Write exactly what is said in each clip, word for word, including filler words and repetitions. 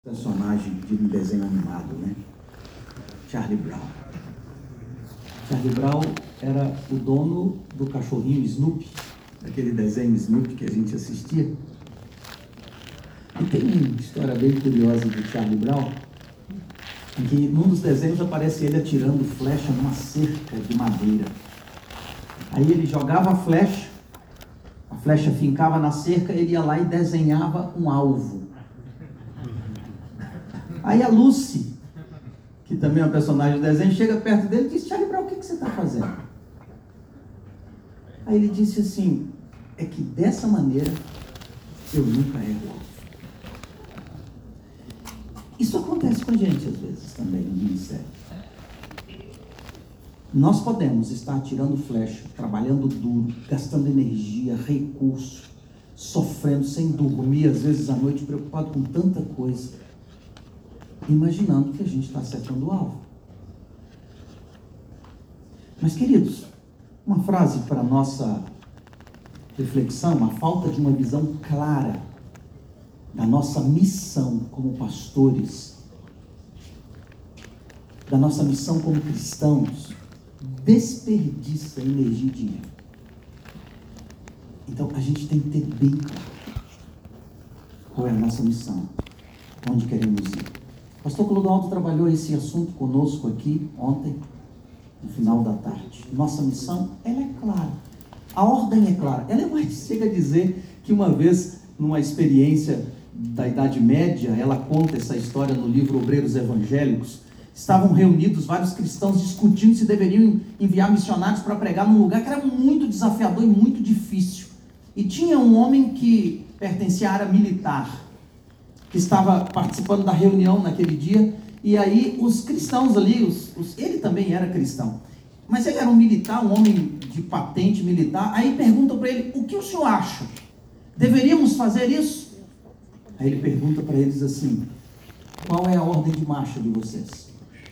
personagem de um desenho animado, né? Charlie Brown. Charlie Brown era o dono do cachorrinho Snoopy, aquele desenho Snoopy que a gente assistia. E tem uma história bem curiosa do Charlie Brown, em que num dos desenhos aparece ele atirando flecha numa cerca de madeira. Aí ele jogava a flecha, a flecha fincava na cerca, ele ia lá e desenhava um alvo. Aí a Lucy, que também é uma personagem do desenho, chega perto dele e diz: Charlie Brown, o que, que você está fazendo? Aí ele disse assim: é que dessa maneira eu nunca erro. Isso acontece com a gente às vezes também no ministério. Nós podemos estar atirando flecha, trabalhando duro, gastando energia, recurso, sofrendo, sem dormir, às vezes à noite, preocupado com tanta coisa, imaginando que a gente está acertando o alvo. Mas, queridos, uma frase para a nossa reflexão: a falta de uma visão clara da nossa missão como pastores, da nossa missão como cristãos, desperdiça energia e dinheiro. Então, a gente tem que ter bem claro qual é a nossa missão, onde queremos ir. O pastor Clodoaldo trabalhou esse assunto conosco aqui ontem, no final da tarde. Nossa missão, ela é clara. A ordem é clara. Ela é mais, chega a dizer que uma vez, numa experiência da Idade Média, ela conta essa história no livro Obreiros Evangélicos. Estavam reunidos vários cristãos discutindo se deveriam enviar missionários para pregar num lugar que era muito desafiador e muito difícil. E tinha um homem que pertencia à área militar, que estava participando da reunião naquele dia, e aí os cristãos ali, os, os, ele também era cristão, mas ele era um militar, um homem de patente militar. Aí perguntam para ele: o que o senhor acha? Deveríamos fazer isso? Aí ele pergunta para eles assim: qual é a ordem de marcha de vocês?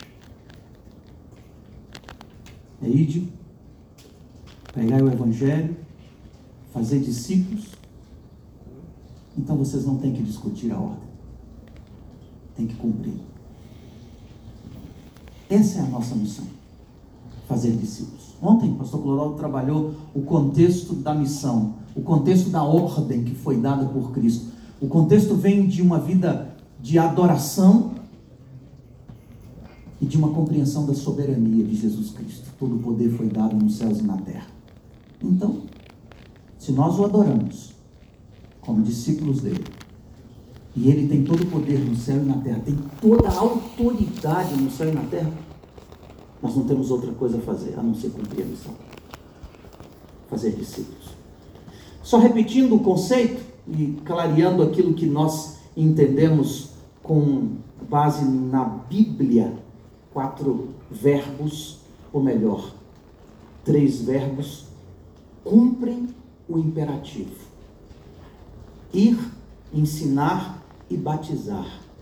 É ir, pregar o evangelho, fazer discípulos? Então vocês não têm que discutir a ordem, tem que cumprir. Essa é a nossa missão, fazer discípulos. Ontem o pastor Clodoaldo trabalhou o contexto da missão, o contexto da ordem que foi dada por Cristo. O contexto vem de uma vida de adoração e de uma compreensão da soberania de Jesus Cristo. Todo o poder foi dado nos céus e na terra. Então, se nós o adoramos como discípulos dele, e ele tem todo o poder no céu e na terra, tem toda a autoridade no céu e na terra, nós não temos outra coisa a fazer a não ser cumprir a missão: fazer discípulos. Só repetindo o conceito e clareando aquilo que nós entendemos com base na Bíblia: quatro verbos, ou melhor, três verbos, cumprem o imperativo: ir, ensinar e batizar.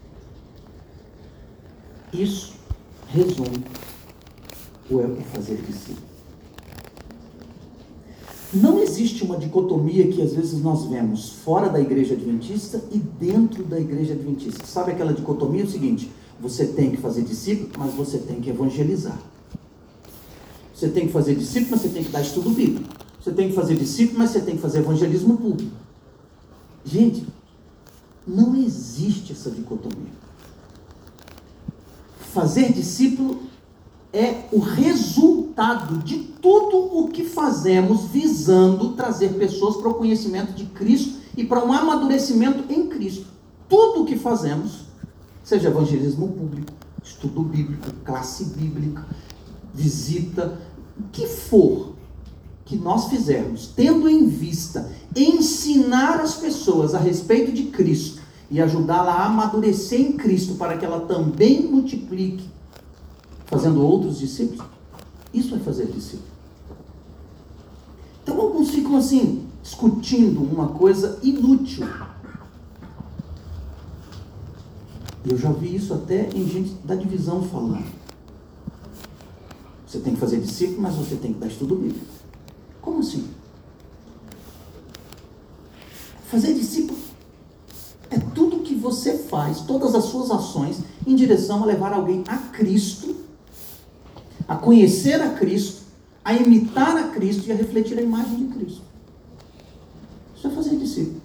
Isso resume o fazer discípulo. Não existe uma dicotomia que às vezes nós vemos fora da igreja adventista e dentro da igreja adventista. Sabe aquela dicotomia? É o seguinte: você tem que fazer discípulo, mas você tem que evangelizar. Você tem que fazer discípulo, mas você tem que dar estudo bíblico. Você tem que fazer discípulo, mas você tem que fazer evangelismo público. Gente, não existe essa dicotomia. Fazer discípulo é o resultado de tudo o que fazemos visando trazer pessoas para o conhecimento de Cristo e para um amadurecimento em Cristo. Tudo o que fazemos, seja evangelismo público, estudo bíblico, classe bíblica, visita, o que for que nós fizermos, tendo em vista ensinar as pessoas a respeito de Cristo e ajudá-la a amadurecer em Cristo para que ela também multiplique, fazendo outros discípulos, isso é fazer discípulo. Então alguns ficam assim, discutindo uma coisa inútil. Eu já vi isso até em gente da divisão falando. Você tem que fazer discípulo, mas você tem que dar estudo bíblico. Como assim? Fazer discípulo é tudo que você faz faz, todas as suas ações em direção a levar alguém a Cristo, a conhecer a Cristo, a imitar a Cristo e a refletir a imagem de Cristo. Isso é fazer discípulo.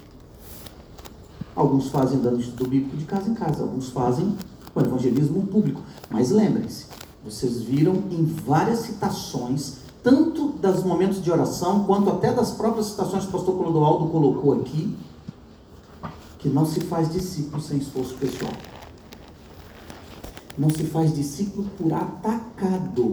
Alguns fazem dando estudo bíblico de casa em casa, alguns fazem o evangelismo público. Mas lembrem-se, vocês viram em várias citações, tanto dos momentos de oração, quanto até das próprias citações que o pastor Clodoaldo colocou aqui, que não se faz discípulo sem esforço pessoal. Não se faz discípulo por atacado.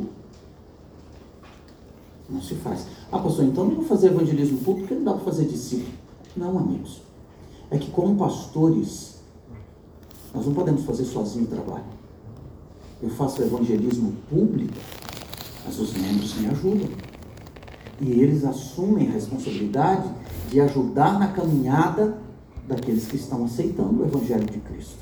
Não se faz. Ah, pastor, então não vou fazer evangelismo público, porque não dá para fazer discípulo. Não, amigos. É que como pastores, nós não podemos fazer sozinho o trabalho. Eu faço evangelismo público, mas os membros me ajudam. E eles assumem a responsabilidade de ajudar na caminhada daqueles que estão aceitando o Evangelho de Cristo.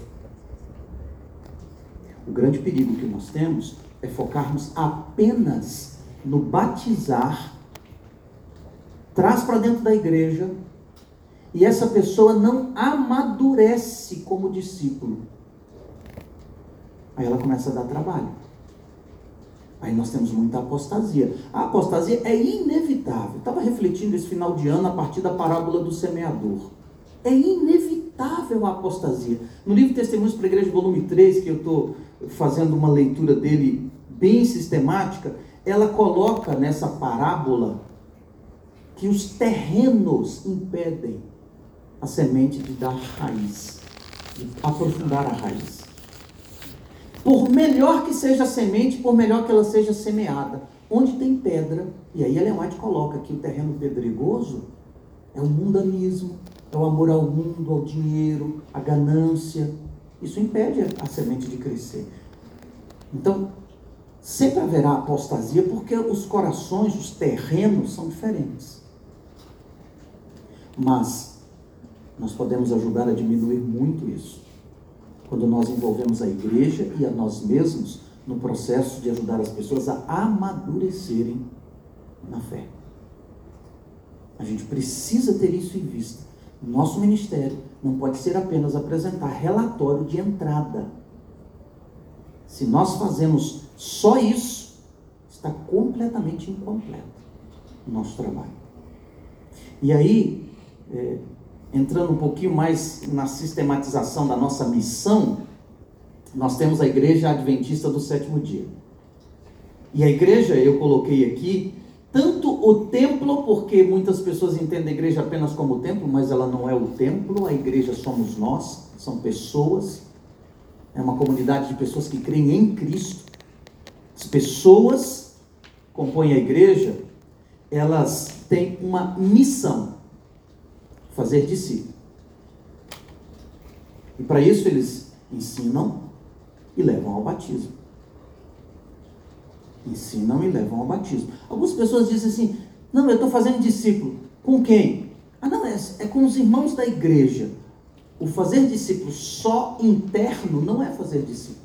O grande perigo que nós temos é focarmos apenas no batizar, traz para dentro da igreja, e essa pessoa não amadurece como discípulo. Aí ela começa a dar trabalho. Aí nós temos muita apostasia. A apostasia é inevitável. Eu estava refletindo esse final de ano a partir da parábola do semeador. É inevitável a apostasia. No livro Testemunhos para a Igreja, volume três, que eu estou fazendo uma leitura dele bem sistemática, ela coloca nessa parábola que os terrenos impedem a semente de dar raiz, de aprofundar a raiz. Por melhor que seja a semente, por melhor que ela seja semeada, onde tem pedra, e aí Ellen White coloca que o terreno pedregoso é o mundanismo, é o amor ao mundo, ao dinheiro, a ganância. Isso impede a semente de crescer. Então, sempre haverá apostasia, porque os corações, os terrenos são diferentes. Mas nós podemos ajudar a diminuir muito isso, quando nós envolvemos a igreja e a nós mesmos no processo de ajudar as pessoas a amadurecerem na fé. A gente precisa ter isso em vista. Nosso ministério não pode ser apenas apresentar relatório de entrada. Se nós fazemos só isso, está completamente incompleto o nosso trabalho. E aí, é, entrando um pouquinho mais na sistematização da nossa missão, nós temos a Igreja Adventista do Sétimo Dia. E a igreja, eu coloquei aqui, tanto o templo, porque muitas pessoas entendem a igreja apenas como templo, mas ela não é o templo, a igreja somos nós, são pessoas, é uma comunidade de pessoas que creem em Cristo. As pessoas que compõem a igreja, elas têm uma missão: fazer discípulo. E para isso eles ensinam e levam ao batismo. Ensinam e levam ao batismo. Algumas pessoas dizem assim: não, eu estou fazendo discípulo. Com quem? Ah, não, é, é com os irmãos da igreja. O fazer discípulo só interno não é fazer discípulo.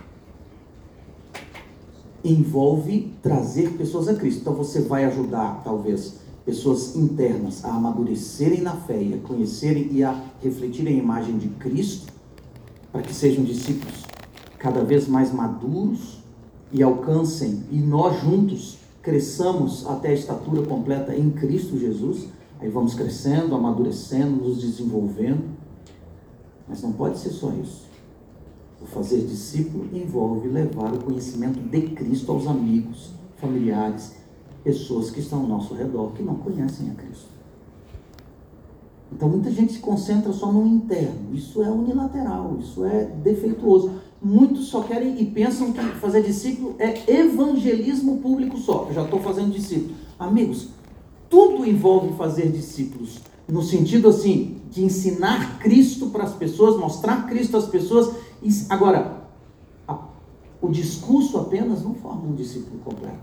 Envolve trazer pessoas a Cristo. Então você vai ajudar, talvez, pessoas internas a amadurecerem na fé e a conhecerem e a refletirem a imagem de Cristo, para que sejam discípulos cada vez mais maduros e alcancem, e nós juntos cresçamos até a estatura completa em Cristo Jesus. Aí vamos crescendo, amadurecendo, nos desenvolvendo. Mas não pode ser só isso. O fazer discípulo envolve levar o conhecimento de Cristo aos amigos, familiares, pessoas que estão ao nosso redor, que não conhecem a Cristo. Então muita gente se concentra só no interno. Isso é unilateral, isso é defeituoso. Muitos só querem e pensam que fazer discípulo é evangelismo público só. Eu já estou fazendo discípulo. Amigos, tudo envolve fazer discípulos, no sentido assim, de ensinar Cristo para as pessoas, mostrar Cristo às pessoas. Agora, a, o discurso apenas não forma um discípulo completo.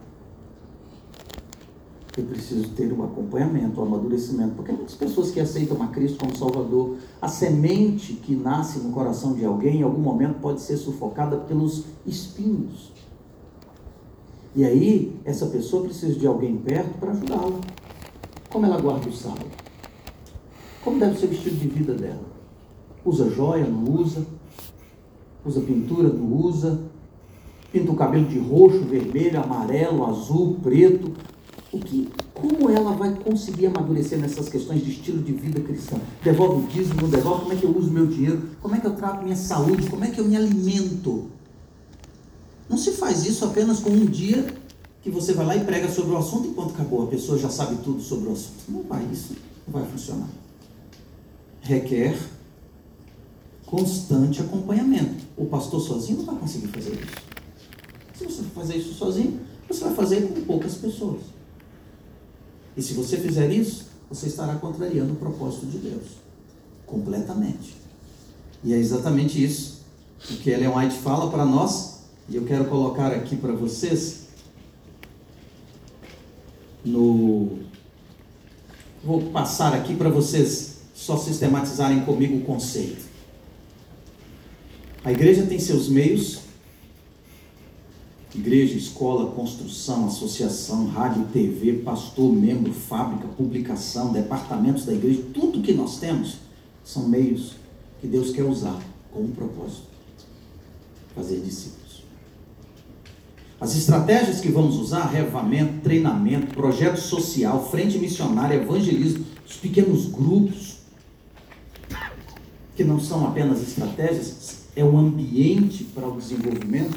Eu preciso ter um acompanhamento, um amadurecimento, porque muitas pessoas que aceitam a Cristo como Salvador, a semente que nasce no coração de alguém, em algum momento pode ser sufocada pelos espinhos. E aí, essa pessoa precisa de alguém perto para ajudá-la. Como ela guarda o sábado? Como deve ser o estilo de vida dela? Usa joia, não usa? Usa pintura, não usa? Pinta o cabelo de roxo, vermelho, amarelo, azul, preto. O que, como ela vai conseguir amadurecer nessas questões de estilo de vida cristã? Devolve o dízimo, não devolve? Como é que eu uso meu dinheiro? Como é que eu trato minha saúde? Como é que eu me alimento? Não se faz isso apenas com um dia que você vai lá e prega sobre o assunto e quando acabou, a pessoa já sabe tudo sobre o assunto. Não vai, isso não vai funcionar. Requer constante acompanhamento. O pastor sozinho não vai conseguir fazer isso. Se você fazer isso sozinho, você vai fazer com poucas pessoas. E se você fizer isso, você estará contrariando o propósito de Deus. Completamente. E é exatamente isso que Ellen White fala para nós. E eu quero colocar aqui para vocês no... Vou passar aqui para vocês só sistematizarem comigo o conceito. A igreja tem seus meios: igreja, escola, construção, associação, rádio, T V, pastor, membro, fábrica, publicação, departamentos da igreja. Tudo que nós temos são meios que Deus quer usar com um propósito: fazer discípulos. As estratégias que vamos usar: arrevamento, treinamento, projeto social, frente missionária, evangelismo, os pequenos grupos, que não são apenas estratégias, é um ambiente para o desenvolvimento.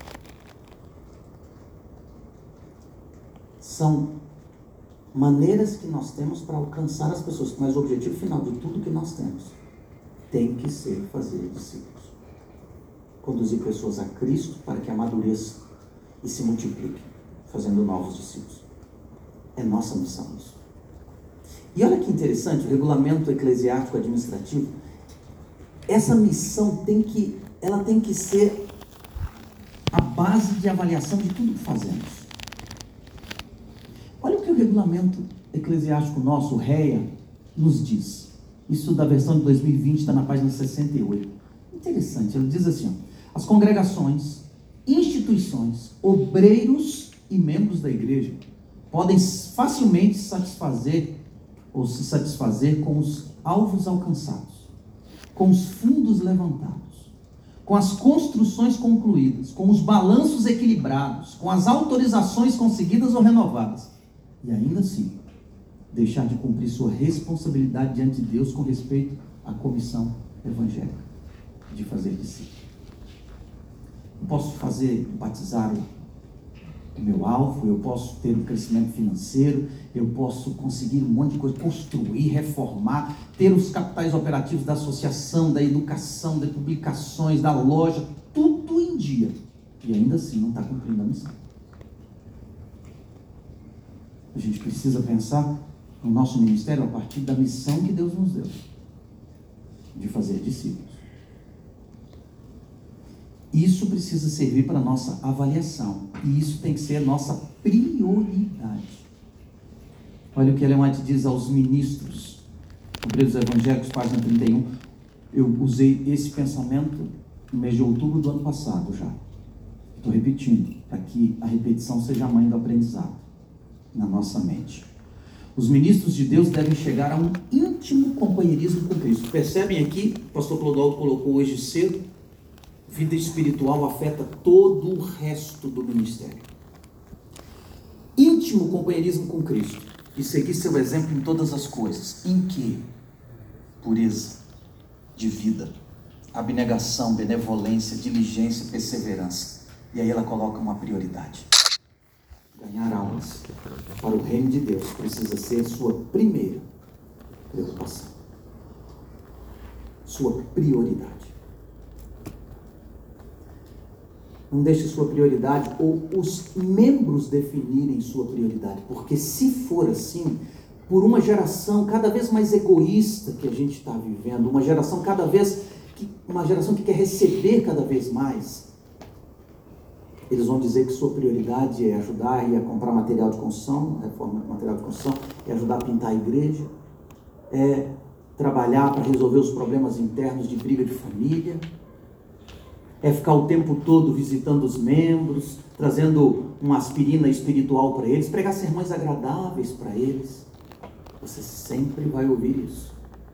São maneiras que nós temos para alcançar as pessoas, mas o objetivo final de tudo que nós temos tem que ser fazer discípulos. Conduzir pessoas a Cristo para que amadureçam e se multipliquem, fazendo novos discípulos. É nossa missão isso. E olha que interessante, o regulamento eclesiástico administrativo, essa missão tem que, ela tem que ser a base de avaliação de tudo que fazemos. Olha o que o regulamento eclesiástico nosso, o REA, nos diz. Isso da versão de dois mil e vinte, está na página sessenta e oito. Interessante, ele diz assim: ó, as congregações, instituições, obreiros e membros da igreja podem facilmente satisfazer ou se satisfazer com os alvos alcançados, com os fundos levantados, com as construções concluídas, com os balanços equilibrados, com as autorizações conseguidas ou renovadas, e ainda assim deixar de cumprir sua responsabilidade diante de Deus com respeito à comissão evangélica de fazer discípulos. Eu posso fazer, batizar o meu alvo, eu posso ter um crescimento financeiro, eu posso conseguir um monte de coisa, construir, reformar, ter os capitais operativos da associação, da educação, das publicações, da loja, tudo em dia, e ainda assim não está cumprindo a missão. A gente precisa pensar no nosso ministério a partir da missão que Deus nos deu, de fazer discípulos. Isso precisa servir para a nossa avaliação. E isso tem que ser a nossa prioridade. Olha o que Ellen White diz aos ministros. Obreiros Evangélicos, página trinta e um. Eu usei esse pensamento no mês de outubro do ano passado já. Estou repetindo, para que a repetição seja a mãe do aprendizado na nossa mente. Os ministros de Deus devem chegar a um íntimo companheirismo com Cristo. Percebem aqui, o pastor Clodoaldo colocou hoje cedo, vida espiritual afeta todo o resto do ministério. Íntimo companheirismo com Cristo. E seguir seu exemplo em todas as coisas. Em que? Pureza de vida, abnegação, benevolência, diligência, perseverança. E aí ela coloca uma prioridade. Ganhar almas para o reino de Deus precisa ser sua primeira preocupação. Sua prioridade. Não deixe sua prioridade ou os membros definirem sua prioridade, porque se for assim, por uma geração cada vez mais egoísta que a gente está vivendo, uma geração cada vez que, uma geração que quer receber cada vez mais, eles vão dizer que sua prioridade é ajudar e a comprar material de construção, reforma material de construção, é ajudar a pintar a igreja, é trabalhar para resolver os problemas internos de briga de família, é ficar o tempo todo visitando os membros, trazendo uma aspirina espiritual para eles, pregar sermões agradáveis para eles. Você sempre vai ouvir isso.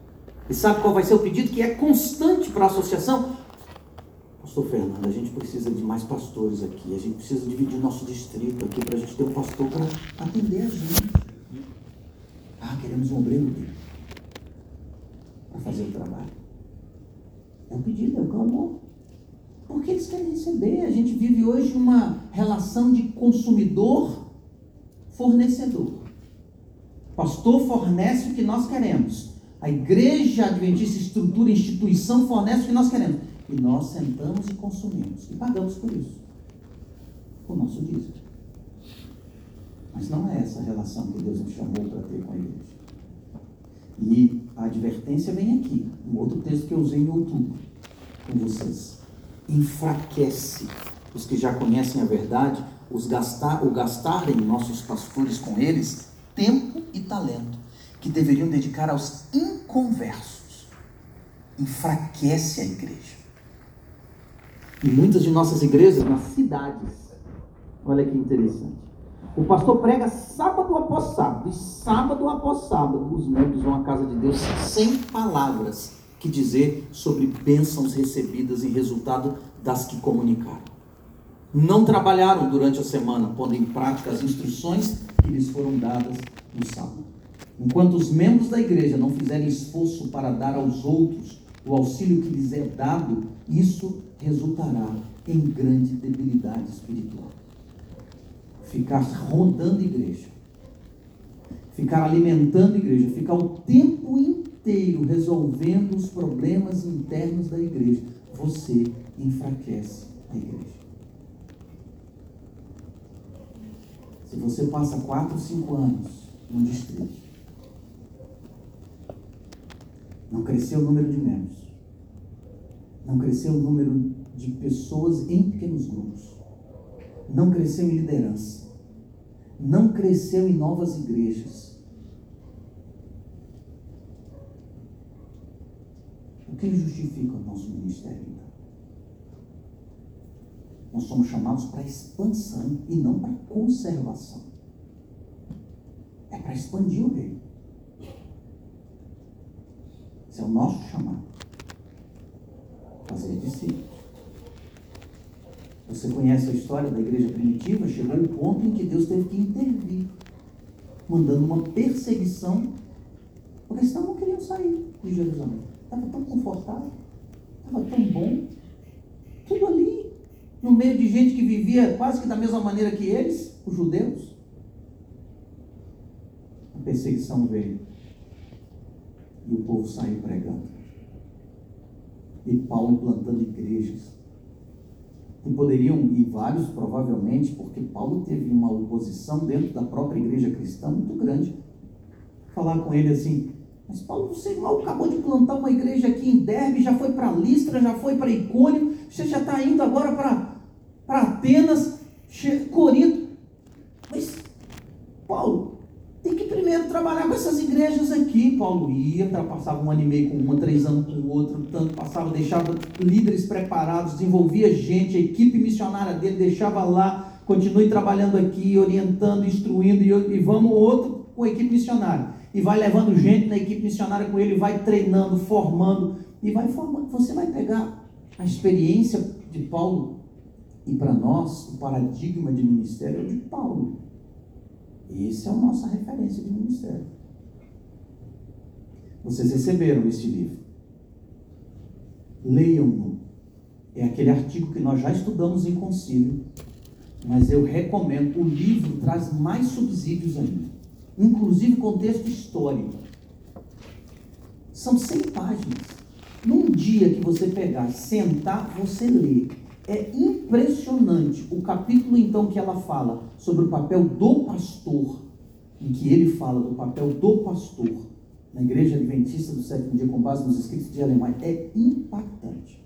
E sabe qual vai ser o pedido que é constante para a associação? Pastor Fernando, a gente precisa de mais pastores aqui, a gente precisa dividir o nosso distrito aqui para a gente ter um pastor para atender a gente. Ah, queremos um obreiro dele para fazer o trabalho. É o pedido, é o clamor. Porque eles querem receber. A gente vive hoje uma relação de consumidor-fornecedor. O pastor fornece o que nós queremos. A igreja adventista, estrutura, instituição fornece o que nós queremos. E nós sentamos e consumimos. E pagamos por isso. O nosso dízimo. Mas não é essa a relação que Deus nos chamou para ter com a igreja. E a advertência vem aqui. Um outro texto que eu usei em outubro com vocês. Enfraquece os que já conhecem a verdade, os gastar, o gastarem nossos pastores com eles tempo e talento, que deveriam dedicar aos inconversos. Enfraquece a igreja. E muitas de nossas igrejas, nas cidades, olha que interessante, o pastor prega sábado após sábado, e sábado após sábado, os membros vão à casa de Deus sem palavras que dizer sobre bênçãos recebidas em resultado das que comunicaram. Não trabalharam durante a semana, pondo em prática as instruções que lhes foram dadas no sábado. Enquanto os membros da igreja não fizerem esforço para dar aos outros o auxílio que lhes é dado, isso resultará em grande debilidade espiritual. Ficar rodando a igreja, ficar alimentando a igreja, ficar o tempo inteiro resolvendo os problemas internos da igreja, você enfraquece a igreja. Se você passa quatro, cinco anos num distrito, não cresceu o número de membros, não cresceu o número de pessoas em pequenos grupos, não cresceu em liderança, não cresceu em novas igrejas. O que justifica o nosso ministério, então? Nós somos chamados para expansão e não para conservação. É para expandir o reino. Esse é o nosso chamado. Fazer discípulos. Você conhece a história da igreja primitiva? Chegou o ponto em que Deus teve que intervir, mandando uma perseguição, porque senão não queriam sair de Jerusalém. Estava tão confortável, estava tão bom, tudo ali, no meio de gente que vivia quase que da mesma maneira que eles, os judeus. A perseguição veio e o povo saiu pregando. E Paulo plantando igrejas. E poderiam ir vários, provavelmente, porque Paulo teve uma oposição dentro da própria igreja cristã muito grande. Falar com ele assim: mas Paulo, você mal acabou de plantar uma igreja aqui em Derbe, já foi para Listra, já foi para Icônio, você já está indo agora para para Atenas, Corinto. Mas, Paulo, tem que primeiro trabalhar com essas igrejas aqui. Paulo ia, passava um ano e meio com uma, três anos com outra, tanto passava, deixava líderes preparados, desenvolvia gente, a equipe missionária dele deixava lá, continue trabalhando aqui, orientando, instruindo, e, e vamos outro com a equipe missionária. E vai levando gente na equipe missionária com ele, vai treinando, formando, e vai formando. Você vai pegar a experiência de Paulo, e para nós, o paradigma de ministério é o de Paulo. Essa é a nossa referência de ministério. Vocês receberam este livro. Leiam-no. É aquele artigo que nós já estudamos em concílio, mas eu recomendo. O livro traz mais subsídios ainda, inclusive contexto histórico. São cem páginas. Num dia que você pegar, sentar, você lê. É impressionante o capítulo, então, que ela fala sobre o papel do pastor, em que ele fala do papel do pastor na Igreja Adventista do Sétimo Dia, com base nos escritos de Ellen White, é impactante.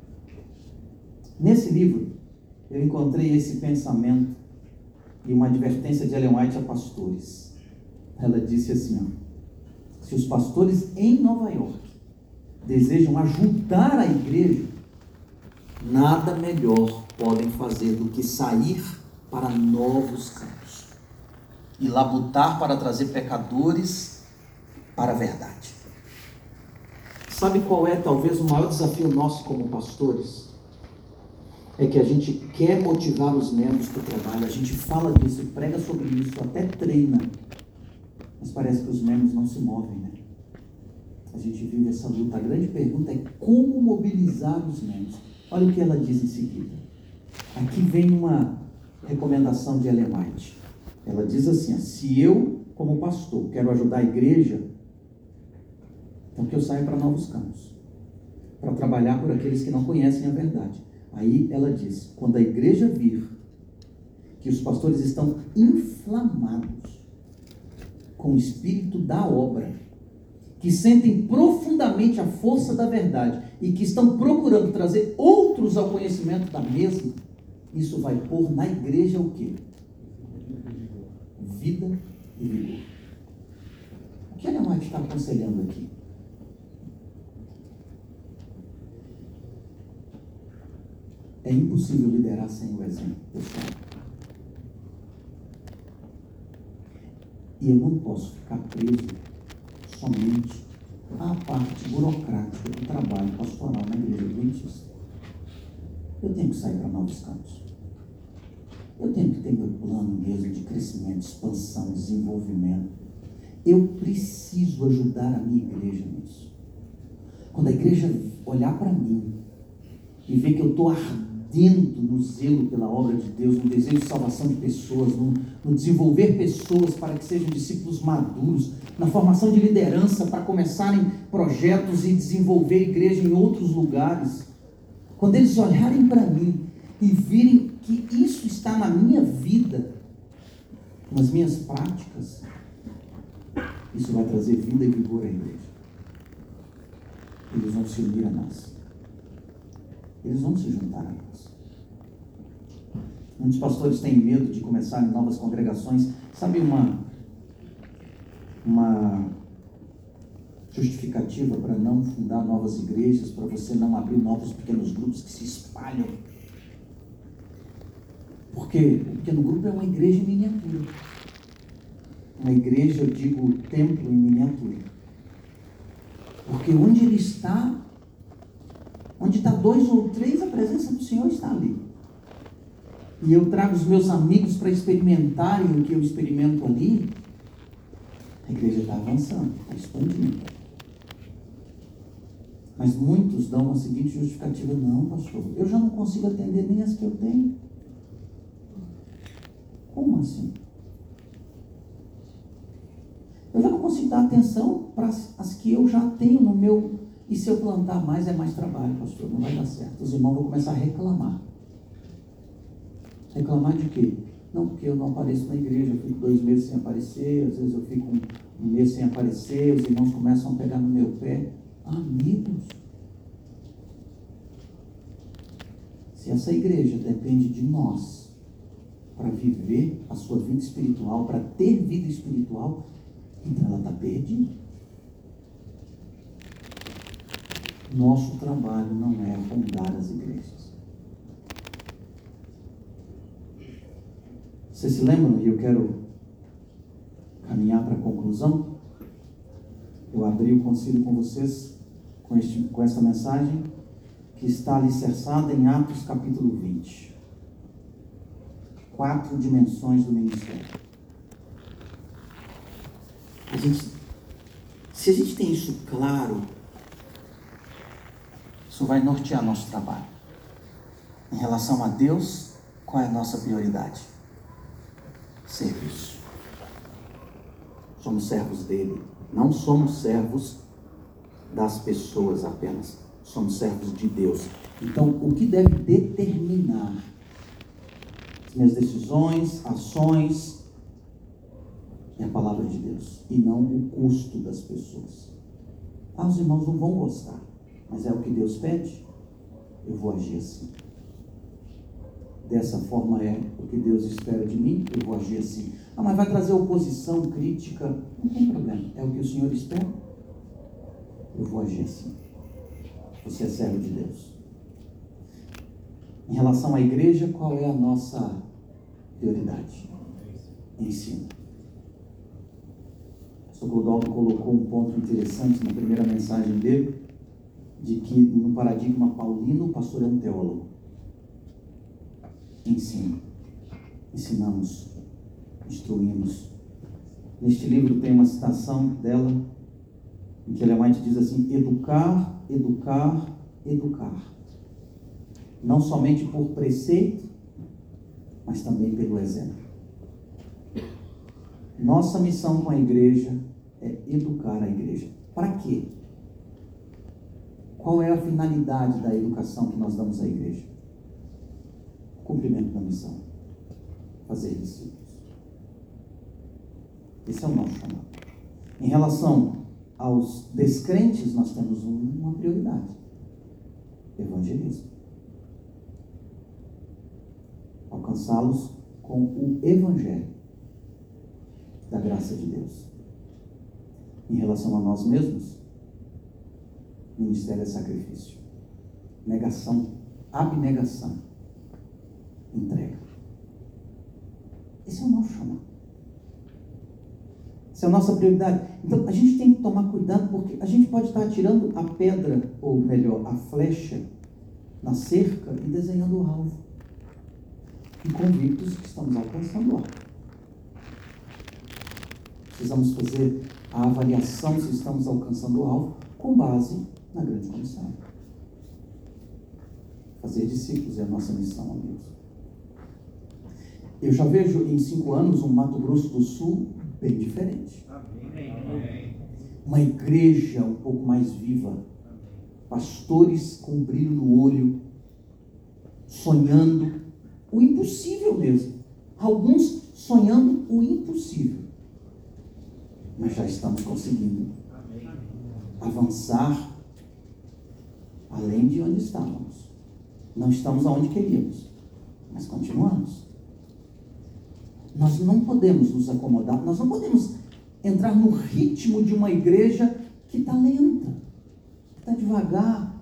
Nesse livro, eu encontrei esse pensamento e uma advertência de Ellen White a pastores. Ela disse assim, ó: se os pastores em Nova York desejam ajudar a igreja, nada melhor podem fazer do que sair para novos campos e labutar para trazer pecadores para a verdade. Sabe qual é talvez o maior desafio nosso como pastores? É que a gente quer motivar os membros para o trabalho, a gente fala disso, prega sobre isso, até treina, mas parece que os membros não se movem, né? A gente vive essa luta. A grande pergunta é como mobilizar os membros. Olha o que ela diz em seguida. Aqui vem uma recomendação de Ellen White. Ela diz assim, ó, se eu, como pastor, quero ajudar a igreja, então que eu saia para novos campos, para trabalhar por aqueles que não conhecem a verdade. Aí ela diz, quando a igreja vir que os pastores estão inflamados com o espírito da obra, que sentem profundamente a força da verdade e que estão procurando trazer outros ao conhecimento da mesma, isso vai pôr na igreja o quê? Vida e vigor. O que a Ellen White está aconselhando aqui? É impossível liderar sem o exemplo, pessoal. E eu não posso ficar preso somente à parte burocrática do trabalho pastoral na igreja adventista. Eu tenho que sair para novos campos. Eu tenho que ter meu plano mesmo de crescimento, expansão, desenvolvimento. Eu preciso ajudar a minha igreja nisso. Quando a igreja olhar para mim e ver que eu estou ardendo no zelo pela obra de Deus, no desejo de salvação de pessoas, no, no desenvolver pessoas para que sejam discípulos maduros, na formação de liderança para começarem projetos e desenvolver igreja em outros lugares, quando eles olharem para mim e virem que isso está na minha vida, nas minhas práticas, isso vai trazer vida e vigor à igreja. Eles vão se unir a nós. Eles vão se juntar a nós. Muitos pastores têm medo de começar em novas congregações. Sabe uma, uma justificativa para não fundar novas igrejas, para você não abrir novos pequenos grupos que se espalham? Porque o pequeno grupo é uma igreja em miniatura. Uma igreja, eu digo, templo em miniatura. Porque onde ele está, onde está dois ou três, a presença do Senhor está ali. E eu trago os meus amigos para experimentarem o que eu experimento ali. A igreja está avançando, está expandindo. Mas muitos dão a seguinte justificativa: não, pastor, eu já não consigo atender nem as que eu tenho. Como assim? Eu já não consigo dar atenção para as que eu já tenho no meu... E se eu plantar mais, é mais trabalho, pastor, não vai dar certo. Os irmãos vão começar a reclamar. Reclamar de quê? Não, porque eu não apareço na igreja, eu fico dois meses sem aparecer, às vezes eu fico um, um mês sem aparecer, os irmãos começam a pegar no meu pé. Amigos, se essa igreja depende de nós para viver a sua vida espiritual, para ter vida espiritual, então ela está perdida. Nosso trabalho não é fundar as igrejas. Vocês se lembram? E eu quero caminhar para a conclusão. Eu abri o concílio com vocês com, este, com esta mensagem que está alicerçada em Atos capítulo vinte. Quatro dimensões do ministério. A gente, se a gente tem isso claro, isso vai nortear nosso trabalho. Em relação a Deus, qual é a nossa prioridade? Serviço. Somos servos dele. Não somos servos das pessoas apenas. Somos servos de Deus. Então, o que deve determinar as minhas decisões, ações, é a palavra de Deus. E não o custo das pessoas. Ah, os irmãos não vão gostar. Mas é o que Deus pede, eu vou agir assim. Dessa forma é o que Deus espera de mim, eu vou agir assim. Ah, mas vai trazer oposição, crítica, não tem problema. É o que o Senhor espera, eu vou agir assim. Você é servo de Deus. Em relação à igreja, qual é a nossa prioridade? Ensino. O pastor Clodoaldo colocou um ponto interessante na primeira mensagem dele. de que no paradigma paulino o pastor é um teólogo. Ensina, ensinamos, instruímos. Neste livro tem uma citação dela, em que Ellen White diz assim: educar, educar, educar. Não somente por preceito, mas também pelo exemplo. Nossa missão com a igreja é educar a igreja. Para quê? Qual é a finalidade da educação que nós damos à igreja? O cumprimento da missão. Fazer discípulos. Esse é o nosso chamado. Em relação aos descrentes, nós temos uma prioridade: evangelismo. Alcançá-los com o evangelho da graça de Deus. Em relação a nós mesmos, ministério é sacrifício, negação, abnegação, entrega. Esse é o nosso chamado. Essa é a nossa prioridade. Então a gente tem que tomar cuidado, porque a gente pode estar atirando a pedra, ou melhor, a flecha na cerca e desenhando o alvo, e convictos que estamos alcançando o alvo. Precisamos fazer a avaliação se estamos alcançando o alvo com base na grande comissão. Fazer discípulos é a nossa missão, amigos. Eu já vejo em cinco anos um Mato Grosso do Sul bem diferente. Uma igreja um pouco mais viva. Pastores com brilho no olho, sonhando o impossível mesmo. Alguns sonhando o impossível. Mas já estamos conseguindo avançar além de onde estávamos. Não estamos aonde queríamos, mas continuamos. Nós não podemos nos acomodar, nós não podemos entrar no ritmo de uma igreja que está lenta, que está devagar.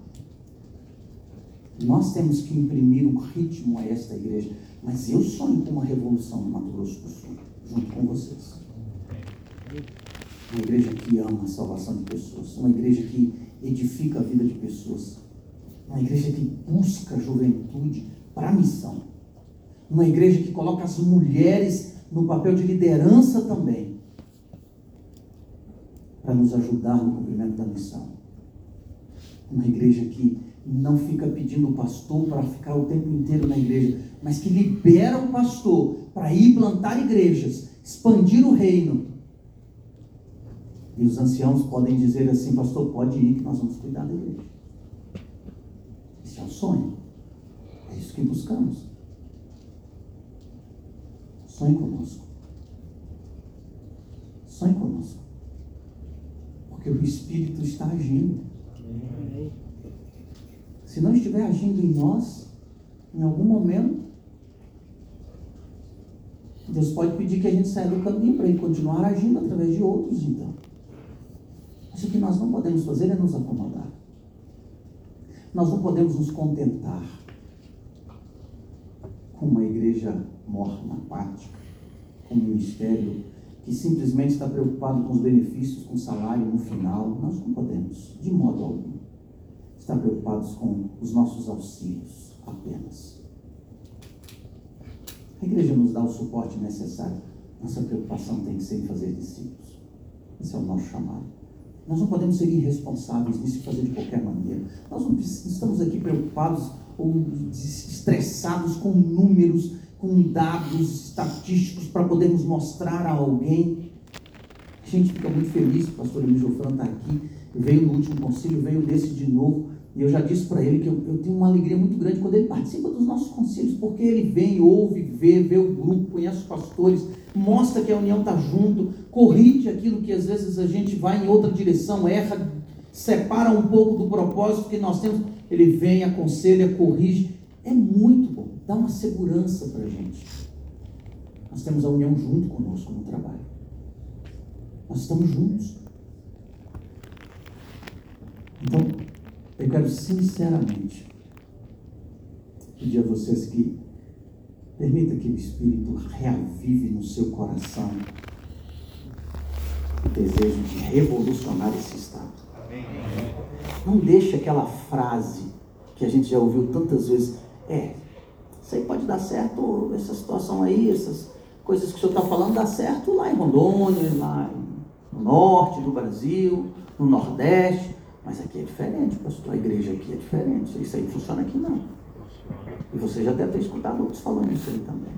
Nós temos que imprimir um ritmo a esta igreja, mas eu sonho com uma revolução no Mato Grosso do Sul, junto com vocês. Uma igreja que ama a salvação de pessoas, uma igreja que edifica a vida de pessoas, uma igreja que busca a juventude para a missão, uma igreja que coloca as mulheres no papel de liderança também, para nos ajudar no cumprimento da missão. Uma igreja que não fica pedindo o pastor para ficar o tempo inteiro na igreja, mas que libera o pastor para ir plantar igrejas, expandir o reino. E os anciãos podem dizer assim: pastor, pode ir que nós vamos cuidar da igreja. Esse é o sonho. É isso que buscamos. Sonhe conosco. Sonhe conosco. Porque o Espírito está agindo. Se não estiver agindo em nós, em algum momento, Deus pode pedir que a gente saia do caminho para ele continuar agindo através de outros, então. Mas o que nós não podemos fazer é nos acomodar. Nós não podemos nos contentar com uma igreja morna, apática, com um ministério que simplesmente está preocupado com os benefícios, com o salário no final. Nós não podemos, de modo algum, estar preocupados com os nossos auxílios apenas. A igreja nos dá o suporte necessário. Nossa preocupação tem que ser em fazer discípulos. Esse é o nosso chamado. Nós não podemos ser irresponsáveis nisso e fazer de qualquer maneira. Nós não estamos aqui preocupados ou estressados com números, com dados estatísticos para podermos mostrar a alguém. A gente fica muito feliz, o pastor Emílio Jofran está aqui, veio no último concílio, veio nesse de novo, e eu já disse para ele que eu, eu tenho uma alegria muito grande quando ele participa dos nossos concílios, porque ele vem, ouve, vê, vê o grupo, conhece os pastores, mostra que a união está junto, corrige aquilo que às vezes a gente vai em outra direção, erra, separa um pouco do propósito que nós temos. Ele vem, aconselha, corrige. É muito bom, dá uma segurança para a gente. Nós temos a união junto conosco no trabalho. Nós estamos juntos. Então, eu quero sinceramente pedir a vocês que permita que o Espírito reavive no seu coração o desejo de revolucionar esse estado. Não deixe aquela frase que a gente já ouviu tantas vezes. É, isso aí pode dar certo, essa situação aí, essas coisas que o senhor está falando, dá certo lá em Rondônia, lá no norte do Brasil, no nordeste. Mas aqui é diferente, pastor, a igreja aqui é diferente. Isso aí funciona aqui não. E você já deve ter escutado outros falando isso aí também.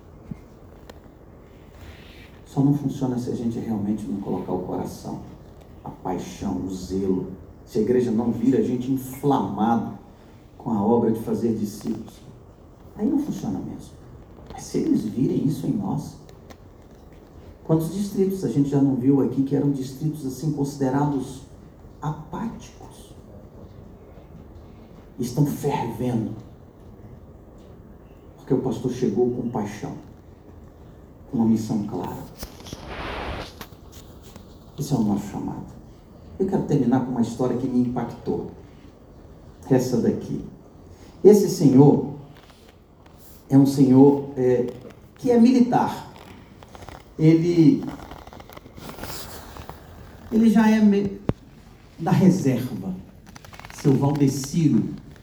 Só não funciona se a gente realmente não colocar o coração, a paixão, o zelo. Se a igreja não vira a gente inflamado com a obra de fazer discípulos, aí não funciona mesmo. Mas se eles virem isso em nós, quantos distritos a gente já não viu aqui que eram distritos assim considerados apáticos? Estão fervendo, porque o pastor chegou com paixão, com uma missão clara. Esse é o nosso chamado. Eu quero terminar com uma história que me impactou. Essa daqui. Esse senhor é um senhor é, que é militar. Ele, ele já é me, da reserva. Seu Valdeciro.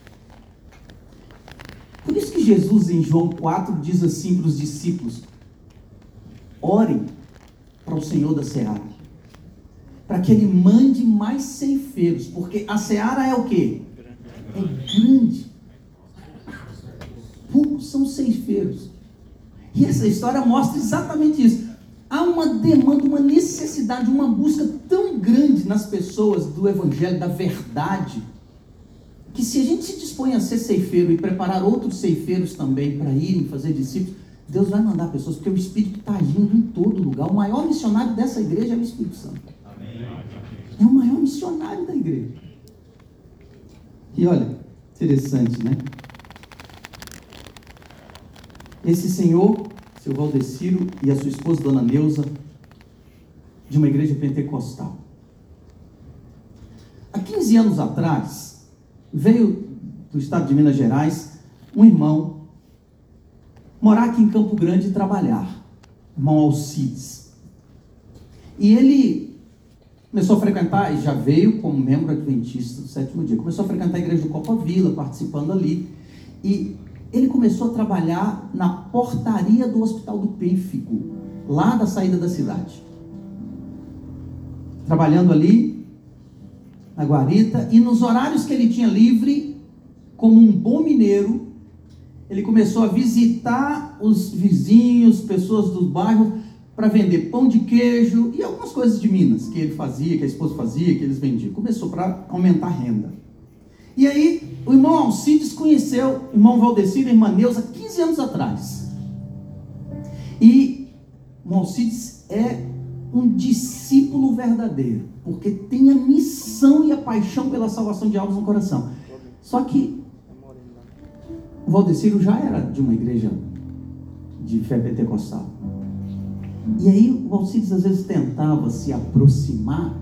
Por isso que Jesus, em João quatro, diz assim para os discípulos: orem para o Senhor da seara, para que Ele mande mais ceifeiros, porque a seara é o quê? É grande. Poucos são ceifeiros. E essa história mostra exatamente isso. Há uma demanda, uma necessidade, uma busca tão grande nas pessoas do Evangelho, da verdade, que se a gente se dispõe a ser ceifeiro e preparar outros ceifeiros também para irem fazer discípulos, Deus vai mandar pessoas, porque o Espírito está agindo em todo lugar. O maior missionário dessa igreja é o Espírito Santo. É o maior missionário da igreja. E olha, interessante, né? Esse senhor, seu Valdeciro, e a sua esposa, dona Neuza, de uma igreja pentecostal. Há quinze anos atrás, veio do estado de Minas Gerais um irmão morar aqui em Campo Grande e trabalhar, irmão Alcides. E ele começou a frequentar, e já veio como membro adventista do sétimo dia, começou a frequentar a igreja do Copa Vila, participando ali, e ele começou a trabalhar na portaria do Hospital do Pênfigo, lá da saída da cidade. Trabalhando ali, na guarita, e nos horários que ele tinha livre, como um bom mineiro, ele começou a visitar os vizinhos, pessoas do bairro, para vender pão de queijo e algumas coisas de Minas, que ele fazia, que a esposa fazia, que eles vendiam. Começou para aumentar a renda. E aí, o irmão Alcides conheceu o irmão Valdeciro e a irmã Neuza quinze anos atrás. E o irmão Alcides é um discípulo verdadeiro, porque tem a missão e a paixão pela salvação de almas no coração. Só que o Valdeciro já era de uma igreja de fé pentecostal. E aí o Alcides às vezes tentava se aproximar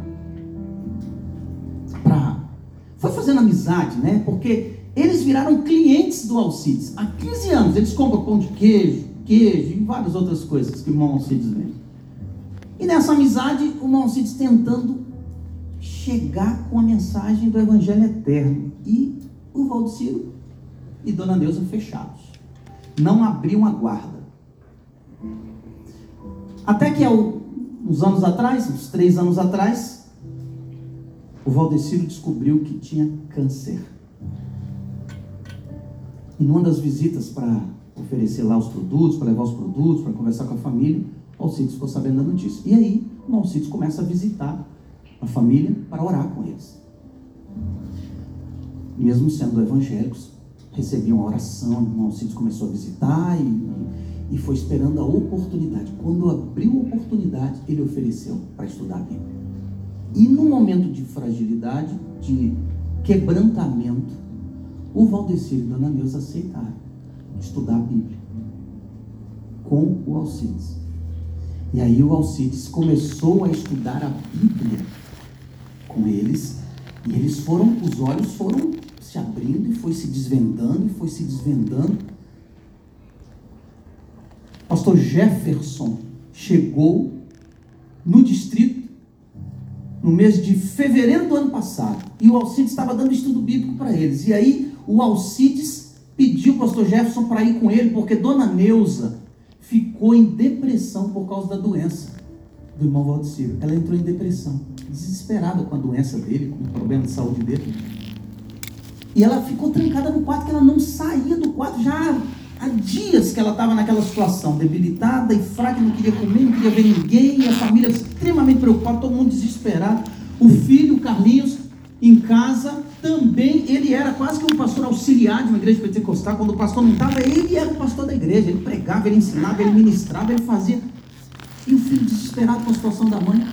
para... Foi fazendo amizade, né? Porque eles viraram clientes do Alcides. Há quinze anos eles compram pão de queijo, queijo e várias outras coisas que o irmão Alcides vende. E nessa amizade o irmão Alcides tentando chegar com a mensagem do Evangelho Eterno. E o Valdeciro e Dona Neuza fechados. Não abriam a guarda. Até que há uns anos atrás, uns três anos atrás, o Valdeciro descobriu que tinha câncer. E numa das visitas para oferecer lá os produtos, para levar os produtos, para conversar com a família, o Alcides ficou sabendo da notícia. E aí, o Alcides começa a visitar a família para orar com eles. Mesmo sendo evangélicos, recebiam a oração, o Alcides começou a visitar e, e foi esperando a oportunidade. Quando abriu a oportunidade, ele ofereceu para estudar a Bíblia. E no momento de fragilidade, de quebrantamento, o Valdeciro e Dona Neuza aceitaram estudar a Bíblia com o Alcides. E aí o Alcides começou a estudar a Bíblia com eles, e eles foram, os olhos foram se abrindo e foi se desvendando, e foi se desvendando. Pastor Jefferson chegou no distrito no mês de fevereiro do ano passado, e o Alcides estava dando estudo bíblico para eles, e aí o Alcides pediu o pastor Jefferson para ir com ele, porque dona Neuza ficou em depressão por causa da doença do irmão Valdeciro. Ela entrou em depressão, desesperada com a doença dele, com o problema de saúde dele, e ela ficou trancada no quarto, que ela não saía do quarto, já há dias que ela estava naquela situação, debilitada e fraca, não queria comer, não queria ver ninguém, e a família extremamente preocupada, todo mundo desesperado. O filho, o Carlinhos, em casa, também, ele era quase que um pastor auxiliar de uma igreja pentecostal. Quando o pastor não estava, ele era o pastor da igreja, ele pregava, ele ensinava, ele ministrava, ele fazia. E o filho desesperado com a situação da mãe.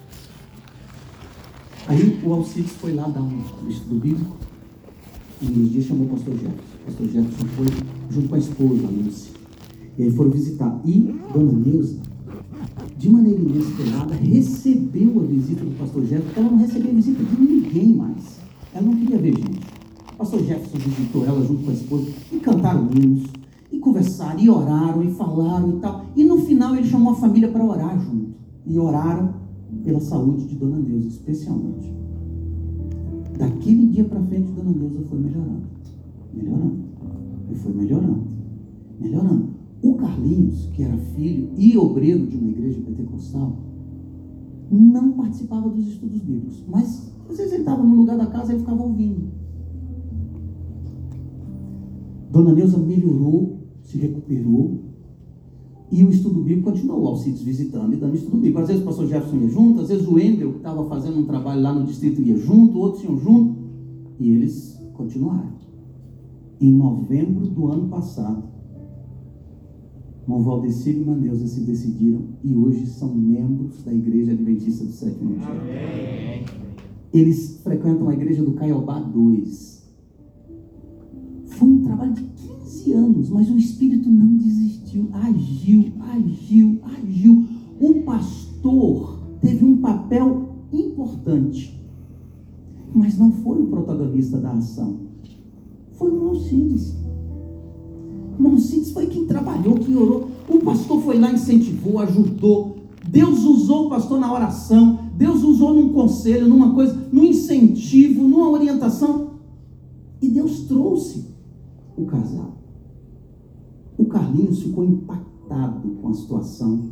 Aí o Alcides foi lá dar um estudo bíblico, e um dia chamou o pastor Jefferson. O pastor Jefferson foi junto com a esposa, a Lúcia, e aí foram visitar. E dona Neuza, de maneira inesperada, recebeu a visita do pastor Jefferson, porque ela não recebia visita de ninguém mais. Ela não queria ver gente. O pastor Jefferson visitou ela junto com a esposa, e cantaram hinos, e conversaram, e oraram, e falaram e tal. E no final ele chamou a família para orar junto. E oraram pela saúde de dona Neuza, especialmente. Daquele dia para frente, dona Neuza foi melhorando. Melhorando. E foi melhorando. Melhorando. O Carlinhos, que era filho e obreiro de uma igreja pentecostal, não participava dos estudos bíblicos. Mas, às vezes ele estava no lugar da casa e ficava ouvindo. Dona Neuza melhorou, se recuperou, e o estudo bíblico continuou. O Alcides visitando e dando estudo bíblico. Às vezes o pastor Jefferson ia junto, às vezes o Endel, que estava fazendo um trabalho lá no distrito, ia junto, outros iam junto, e eles continuaram. Em novembro do ano passado, irmão Valdecir e irmã Neuza se decidiram e hoje são membros da Igreja Adventista do Sétimo Dia. Amém. Eles frequentam a igreja do Caiobá dois. Foi um trabalho de quinze anos, mas o Espírito não desistiu, agiu, agiu, agiu. O pastor teve um papel importante, mas não foi o protagonista da ação. Foi o irmão Alcides. O irmão Alcides foi quem trabalhou, quem orou. O pastor foi lá, incentivou, ajudou. Deus usou o pastor na oração. Deus usou num conselho, numa coisa, num incentivo, numa orientação. E Deus trouxe o casal. O Carlinhos ficou impactado com a situação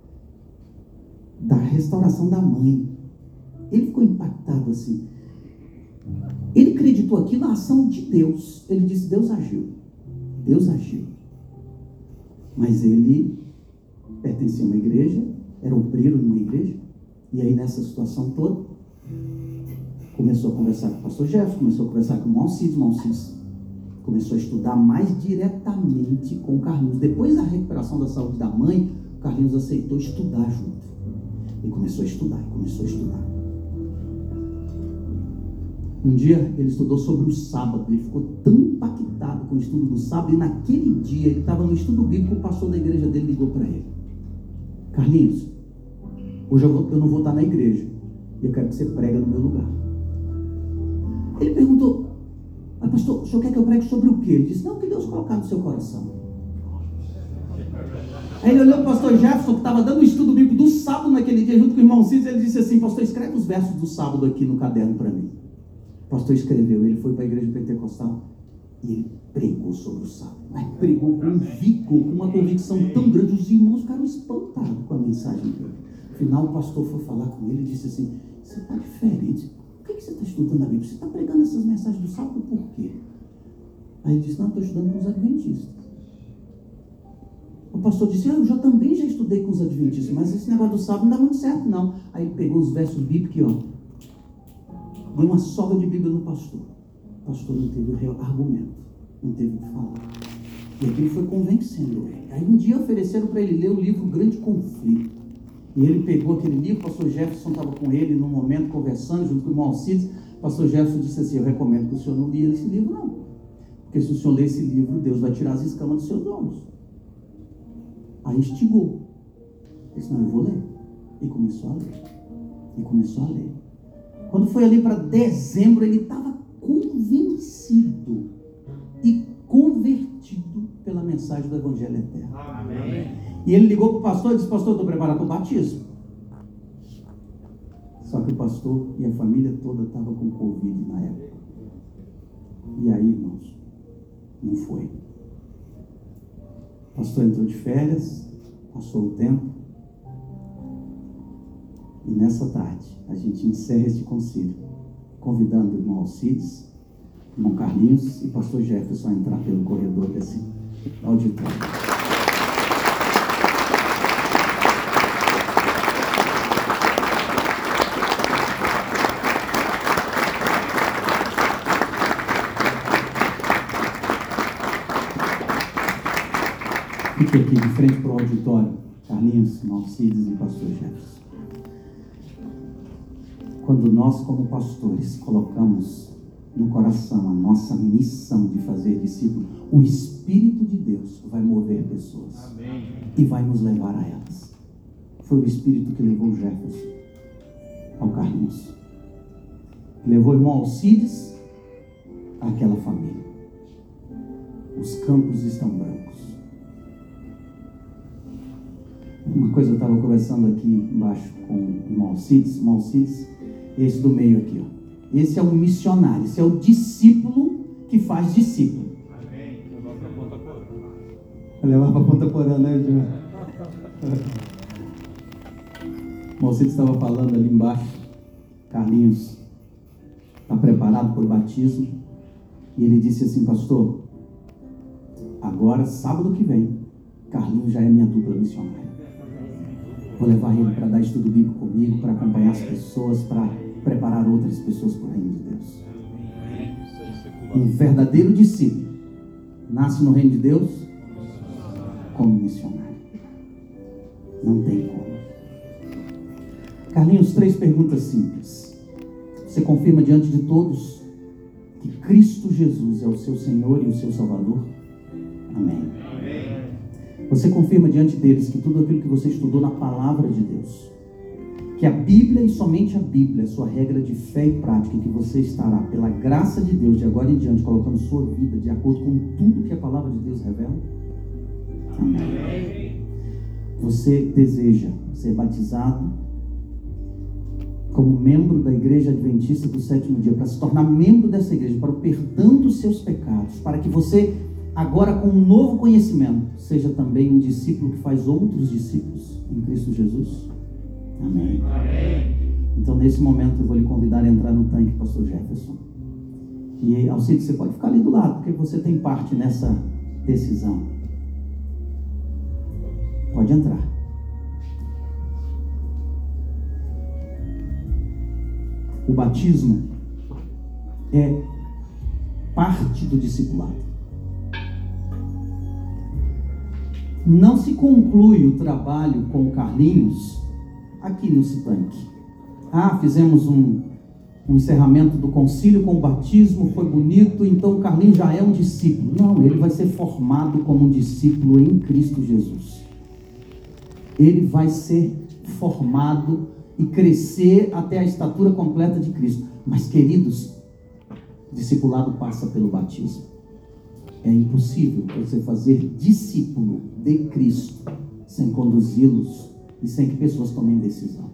da restauração da mãe. Ele ficou impactado assim. Ele acreditou aqui na ação de Deus. Ele disse, Deus agiu. Deus agiu. Mas ele pertencia a uma igreja, era obreiro numa igreja, e aí nessa situação toda, começou a conversar com o pastor Jefferson, começou a conversar com o irmão Alcides, o irmão Alcides começou a estudar mais diretamente com o Carlinhos. Depois da recuperação da saúde da mãe, o Carlinhos aceitou estudar junto. E começou a estudar, e começou a estudar. Um dia ele estudou sobre o sábado, ele ficou tão impactado com o estudo do sábado, e naquele dia ele estava no estudo bíblico, o pastor da igreja dele ligou para ele. Carlinhos, hoje eu, vou, eu não vou estar na igreja, e eu quero que você prega no meu lugar. Ele perguntou, mas pastor, o senhor quer que eu pregue sobre o quê? Ele disse, não, o que Deus colocar no seu coração. Aí ele olhou para o pastor Jefferson, que estava dando o estudo bíblico do sábado naquele dia, junto com o irmão Cid, ele disse assim, pastor, escreve os versos do sábado aqui no caderno para mim. O pastor escreveu, ele foi para a igreja pentecostal e ele pregou sobre o sábado. Mas pregou com vigor, com uma convicção tão grande, os irmãos ficaram espantados com a mensagem dele. No final o pastor foi falar com ele e disse assim, você está diferente, por que você está estudando a Bíblia? Você está pregando essas mensagens do sábado por quê? Aí ele disse, não, estou estudando com os adventistas. O pastor disse, eu já também já estudei com os adventistas, mas esse negócio do sábado não dá muito certo não. Aí ele pegou os versos bíblicos e ó, deu uma sobra de Bíblia no pastor. O pastor não teve argumento, não teve o que falar. E aquilo foi convencendo ele. Aí um dia ofereceram para ele ler o livro Grande Conflito. E ele pegou aquele livro, o pastor Jefferson estava com ele num momento conversando, junto com o irmão Alcides. O pastor Jefferson disse assim, eu recomendo que o senhor não leia esse livro não. Porque se o senhor ler esse livro, Deus vai tirar as escamas dos seus olhos. Aí instigou. Ele disse, não, eu vou ler. E começou a ler. E começou a ler. Quando foi ali para dezembro, ele estava convencido e convertido pela mensagem do Evangelho Eterno. Amém. E ele ligou para o pastor e disse, pastor, eu estou preparado para o batismo. Só que o pastor pastor e a família toda estava com Covid na época. E aí, irmãos, não foi. O pastor entrou de férias, passou o tempo, e nessa tarde a gente encerra este concílio, convidando o irmão Alcides, o irmão Carlinhos e o pastor Jefferson a entrar pelo corredor desse auditório. Fique aqui de frente para o auditório, Carlinhos, irmão Alcides e pastor Jefferson. Quando nós, como pastores, colocamos no coração a nossa missão de fazer discípulos, o Espírito de Deus vai mover pessoas. Amém. E vai nos levar a elas. Foi o Espírito que levou o Jefferson ao Carlinhos, levou o irmão Alcides àquela família. Os campos estão brancos. Uma coisa, eu estava conversando aqui embaixo com o irmão Alcides, o irmão Alcides, esse do meio aqui, ó. Esse é o missionário, esse é o discípulo que faz discípulo. Amém. Levar para Ponta Porã. Levar para Ponta Porã, né, Edmar? O irmão Alcides estava falando ali embaixo, Carlinhos está preparado para o batismo, e ele disse assim: pastor, agora, sábado que vem, Carlinhos já é minha dupla missionária. Vou levar ele para dar estudo bíblico comigo, para acompanhar as pessoas, para preparar outras pessoas para o reino de Deus. Um verdadeiro discípulo nasce no reino de Deus como missionário. Não tem como. Carlinhos, três perguntas simples. Você confirma diante de todos que Cristo Jesus é o seu Senhor e o seu Salvador? Amém. Você confirma diante deles que tudo aquilo que você estudou na palavra de Deus, que a Bíblia e somente a Bíblia é sua regra de fé e prática, e que você estará, pela graça de Deus, de agora em diante, colocando sua vida de acordo com tudo que a palavra de Deus revela? Amém. Você deseja ser batizado como membro da Igreja Adventista do Sétimo Dia, para se tornar membro dessa igreja, para o perdão dos seus pecados, para que você, agora com um novo conhecimento, seja também um discípulo que faz outros discípulos em Cristo Jesus? Amém. Amém. Então, nesse momento, eu vou lhe convidar a entrar no tanque, pastor Jefferson. E, Alcides, você pode ficar ali do lado, porque você tem parte nessa decisão. Pode entrar. O batismo é parte do discipulado. Não se conclui o trabalho com o Carlinhos aqui no Citanque. Ah, fizemos um, um encerramento do concílio com o batismo, foi bonito, então o Carlinhos já é um discípulo. Não, ele vai ser formado como um discípulo em Cristo Jesus. Ele vai ser formado e crescer até a estatura completa de Cristo. Mas, queridos, discipulado passa pelo batismo. É impossível você fazer discípulo de Cristo sem conduzi-los e sem que pessoas tomem decisão.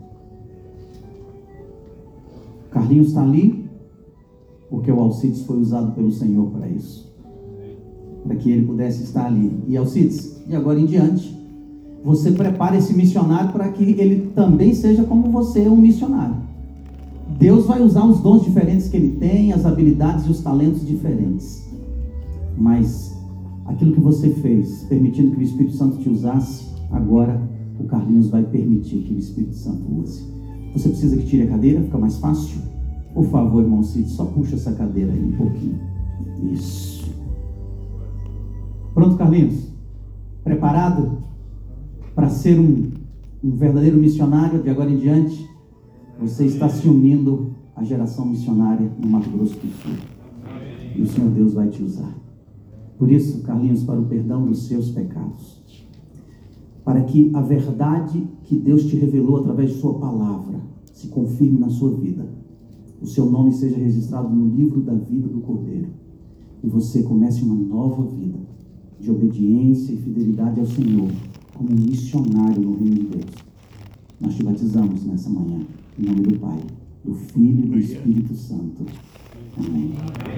Carlinhos está ali porque o Alcides foi usado pelo Senhor para isso, para que ele pudesse estar ali. E Alcides, de agora em diante, você prepara esse missionário para que ele também seja como você, um missionário. Deus vai usar os dons diferentes que ele tem, as habilidades e os talentos diferentes. Mas aquilo que você fez, permitindo que o Espírito Santo te usasse, agora o Carlinhos vai permitir que o Espírito Santo use. Você precisa que tire a cadeira, fica mais fácil? Por favor, irmão Cid, só puxa essa cadeira aí um pouquinho. Isso. Pronto, Carlinhos? Preparado para ser um, um verdadeiro missionário de agora em diante? Você está se unindo à geração missionária no Mato Grosso do Sul. E o Senhor Deus vai te usar. Por isso, Carlinhos, para o perdão dos seus pecados, para que a verdade que Deus te revelou através de sua palavra se confirme na sua vida, o seu nome seja registrado no livro da vida do Cordeiro, e você comece uma nova vida de obediência e fidelidade ao Senhor, como um missionário no reino de Deus. Nós te batizamos nessa manhã, em nome do Pai, do Filho e do Espírito Santo. Amém.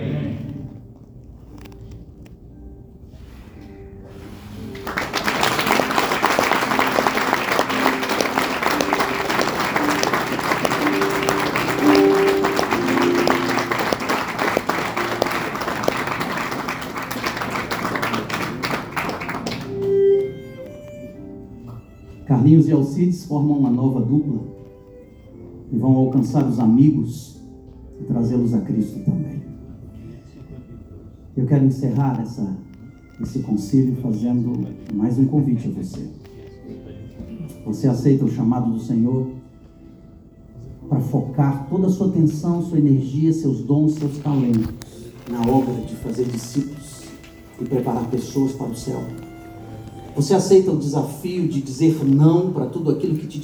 Carlinhos e Alcides formam uma nova dupla e vão alcançar os amigos e trazê-los a Cristo também. Eu quero encerrar essa, esse concílio fazendo mais um convite a você. Você aceita o chamado do Senhor para focar toda a sua atenção, sua energia, seus dons, seus talentos na obra de fazer discípulos e preparar pessoas para o céu? Você aceita o desafio de dizer não para tudo aquilo que te